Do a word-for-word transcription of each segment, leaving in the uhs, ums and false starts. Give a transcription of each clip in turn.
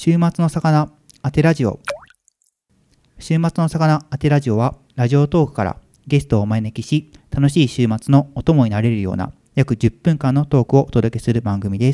週末の魚当てラジオ。週末の魚当てラジオは、ラジオトークからゲストをお招きし、楽しい週末のお供になれるような約じゅっぷんかんのトークをお届けする番組です。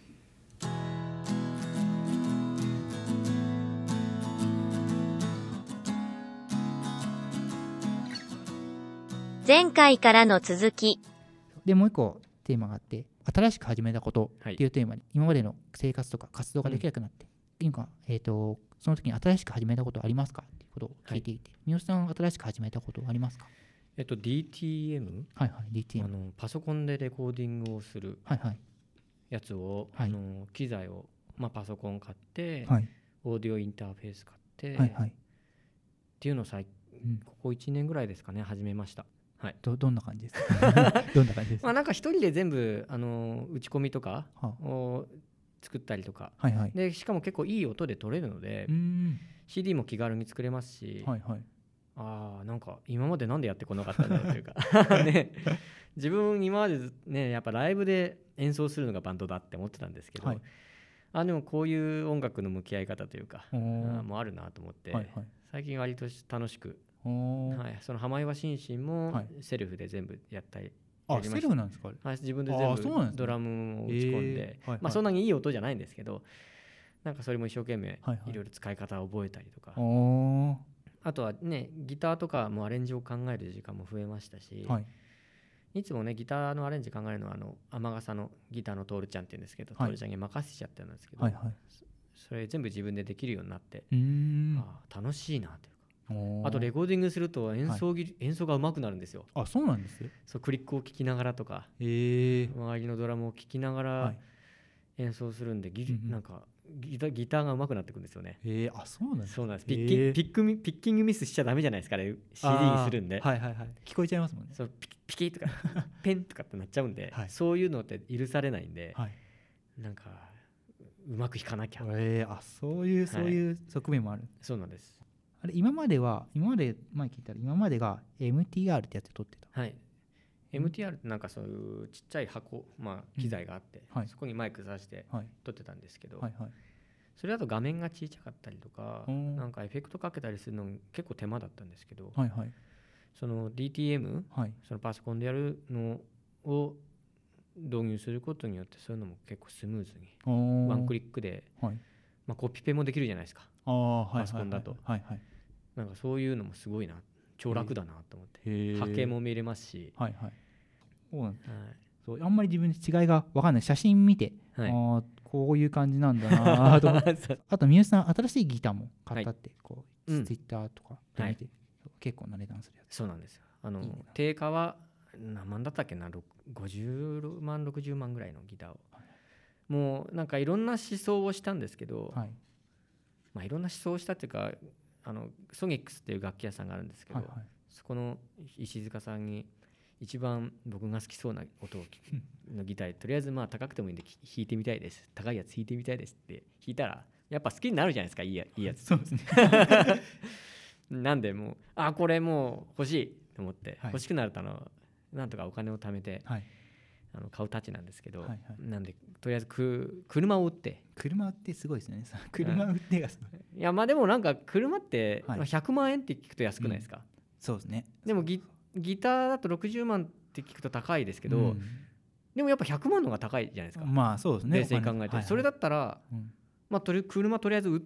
前回からの続きで、もう一個テーマがあって、新しく始めたことっていうテーマで、はい、今までの生活とか活動ができなくなって、うん、今、えーと、その時に新しく始めたことありますかっていうことを聞いていて、三好さんは新しく始めたことありますか？ えっと ディーティーエム、 はいはい、ディーティーエム、 あのパソコンでレコーディングをするやつを、はいはい、あの機材を、まあ、パソコン買って、はい、オーディオインターフェース買って、はいはい、っていうのを最、うん、ここいちねんぐらいですかね、始めました。はい、 ど, どんな感じですか？どんな感じですか？ まあなんか一人で全部あの打ち込みとかを作ったりとか、はいはい、でしかも結構いい音で撮れるので、うん、シーディー も気軽に作れますし、はいはい、ああなんか今までなんでやってこなかったんだろうというか、ね、自分今までねやっぱライブで演奏するのがバンドだって思ってたんですけど、はい、あでもこういう音楽の向き合い方というかあもあるなと思って、はいはい、最近割と楽しく、はい、その浜岩心身もセルフで全部やったり、 はい、あセルフなんですか？ はい、自分で全部ドラムを打ち込んで、えーはいはい、まあ、そんなにいい音じゃないんですけど、なんかそれも一生懸命いろいろ使い方を覚えたりとか、はいはい、あとはねギターとかもアレンジを考える時間も増えましたし、はい、いつもねギターのアレンジ考えるのはあの天笠のギターのトールちゃんって言うんですけど、はい、トールちゃんに任せちゃってるんですけど、はいはい、それ全部自分でできるようになって、うーん、あ楽しいなというか、あとレコーディングすると演奏、はい、演奏が上手くなるんですよ。 あ、そうなんです。 そうクリックを聴きながらとか、 えー、 周りのドラムを聴きながら演奏するんで、はい、なんかギター、ギターが上手くなってくるんですよね。 えー、あ、そうなんです。 そうなんです。ピッキ、えー、ピックピッキングミスしちゃダメじゃないですかね。シーディー にするんで。 はいはいはい。聞こえちゃいますもんね。 そうピキピキとかペンとかってなっちゃうんで、はい、そういうのって許されないんで、はい、なんかうまく弾かなきゃ。 えー、あ、そういうそういう側面もある。はい、 そうなんです。 あれ今までは今まで前聞いたら今までが エムティーアール ってやつで撮ってた。 はい。エムティーアール ってなんかそういうちっちゃい箱、まあ、機材があって、うん、はい、そこにマイク挿して撮ってたんですけど、はいはいはい、それだと画面が小さかったりとか、なんかエフェクトかけたりするの結構手間だったんですけど、はいはい、その ディーティーエム、はい、そのパソコンでやるのを導入することによってそういうのも結構スムーズにワンクリックで、はい、まあ、コピペもできるじゃないですか、あ、パソコンだと、はいはいはい、なんかそういうのもすごいな、超楽だなと思って、波形も見れますし、はいはい、 そうなんです、はい、そうあんまり自分で違いが分かんない、写真見て、はい、あこういう感じなんだなと思ってあと三好さん新しいギターも買ったって、はい、こう、うん、ツイッターとかで見て、はい、結構な値段するやつ。 そうなんですよ。あのいい定価は何万だったっけな、ごじゅうまんろくじゅうまんぐらいのギターを、はい、もうなんかいろんな思想をしたんですけど、はい、まあ、いろんな思想をしたっていうか、あのソニックスっていう楽器屋さんがあるんですけど、はいはい、そこの石塚さんに一番僕が好きそうな音のギターとりあえずまあ高くてもいいんで弾いてみたいです、高いやつ弾いてみたいですって弾いたらやっぱ好きになるじゃないですか、いい や, いいやつそうですねなんでもうあこれもう欲しいと思って、はい、欲しくなるとあのなんとかお金を貯めて、はい、あの買うたちなんですけど、はいはい、なんでとりあえずく車を売って車売ってすごいですね車売ってがすごい、 いやまあでもなんか車って、はい、ひゃくまんえんって聞くと安くないですか、うん、 そうですね。 でも ギ, ギターだとろくじゅうまんって聞くと高いですけど、うん、でもやっぱひゃくまんの方が高いじゃないですか、 まあそうですね、 冷静に考えて、はいはい、それだったら、うん、まあ、とり車とりあえず売って、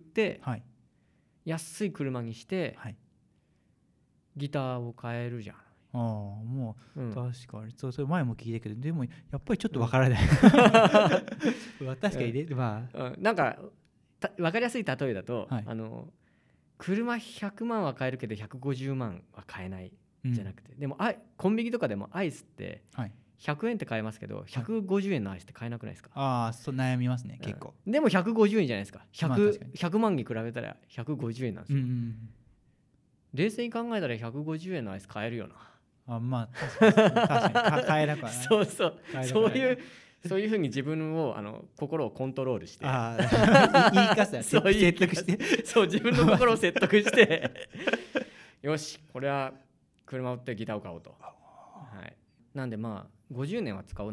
はい、安い車にして、はい、ギターを買えるじゃん。 ああもう、うん、確かにそうそれ前も聞いたけどでもやっぱりちょっとわからない、うん、確かにね、まあ、 うん、なんか分かりやすい例えだと、はい、あの車ひゃくまんは買えるけどひゃくごじゅうまんは買えないじゃなくて、うん、でもあコンビニとかでもアイスってひゃくえんって買えますけど、はい、ひゃくごじゅうえんのアイスって買えなくないですか。 ああそう悩みますね結構、 うん、でもひゃくごじゅうえんじゃないですか。 ひゃく、まあ、ひゃくまんに比べたらひゃくごじゅうえんなんですよ、うんうん、冷静に考えたらひゃくごじゅうえんのアイス買えるよな。 あまあ確かに確かに買えなくはないそうそうそういうそういうふうに自分をあの心をコントロールして、 あ言いかせそう説得してそう自分の心を説得してよしこれは車を売ってギターを買おうと、はい、なんでまあごじゅうねんは使う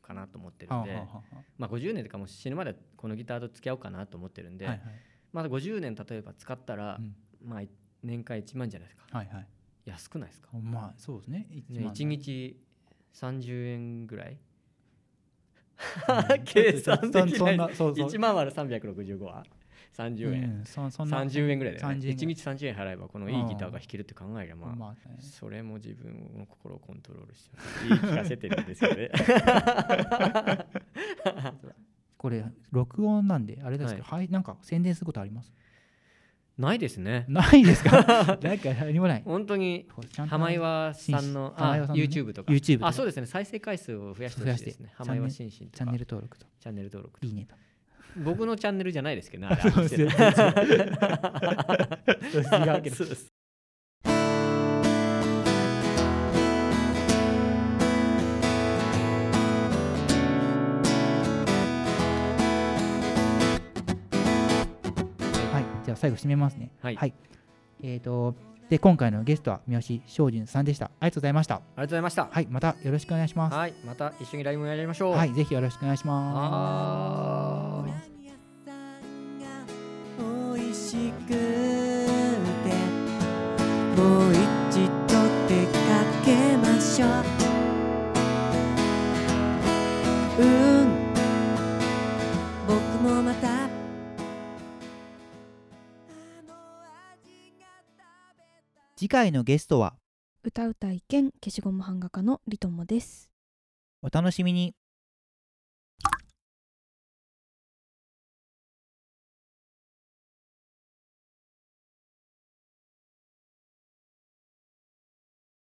かなと思ってるんで、はあはあはあ、まあ、ごじゅうねんとかも死ぬまでこのギターと付き合おうかなと思ってるんで、はいはい、まだごじゅうねん例えば使ったら、うん、まあ、年間いちまんじゃないですか、はいはい、安くないですか。 まあそうですね、 いちまんね、いちにちさんじゅうえんぐらい、うん、計算できない。そうそう、いちまん割るさんびゃくろくじゅうごはさんじゅうえん、うん、そそんなさんじゅうえんぐらいだよね。いちにちさんじゅうえん払えばこのいいギターが弾けるって考えれば、まあ、まあね、それも自分の心をコントロールして言い聞かせてるんですよね。 これ録音なんであれですけど、はい、なんか宣伝することあります？ ないですね。 ないですか？なんか何もない。 本当に浜岩さんのあ YouTube とか、 YouTube とか、 あ、そうですね、再生回数を増やしてほしいですね。浜岩心身とかチャンネル登録とチャンネル登録といいねと。 僕のチャンネルじゃないですけどね、あれ。そうですよ。違うわけです。 はい、じゃあ最後締めますね。 はい。 はい、えっとで今回のゲストは三好昌順さんでした。ありがとうございました。ありがとうございました。 はい、またよろしくお願いします。 はい、また一緒にライブもやりましょう。 はい、ぜひよろしくお願いします。おいしくてもう一度出かけましょう。うん、僕もまた。次回のゲストは歌うたい兼消しゴム版画家のリトモです。 お楽しみに。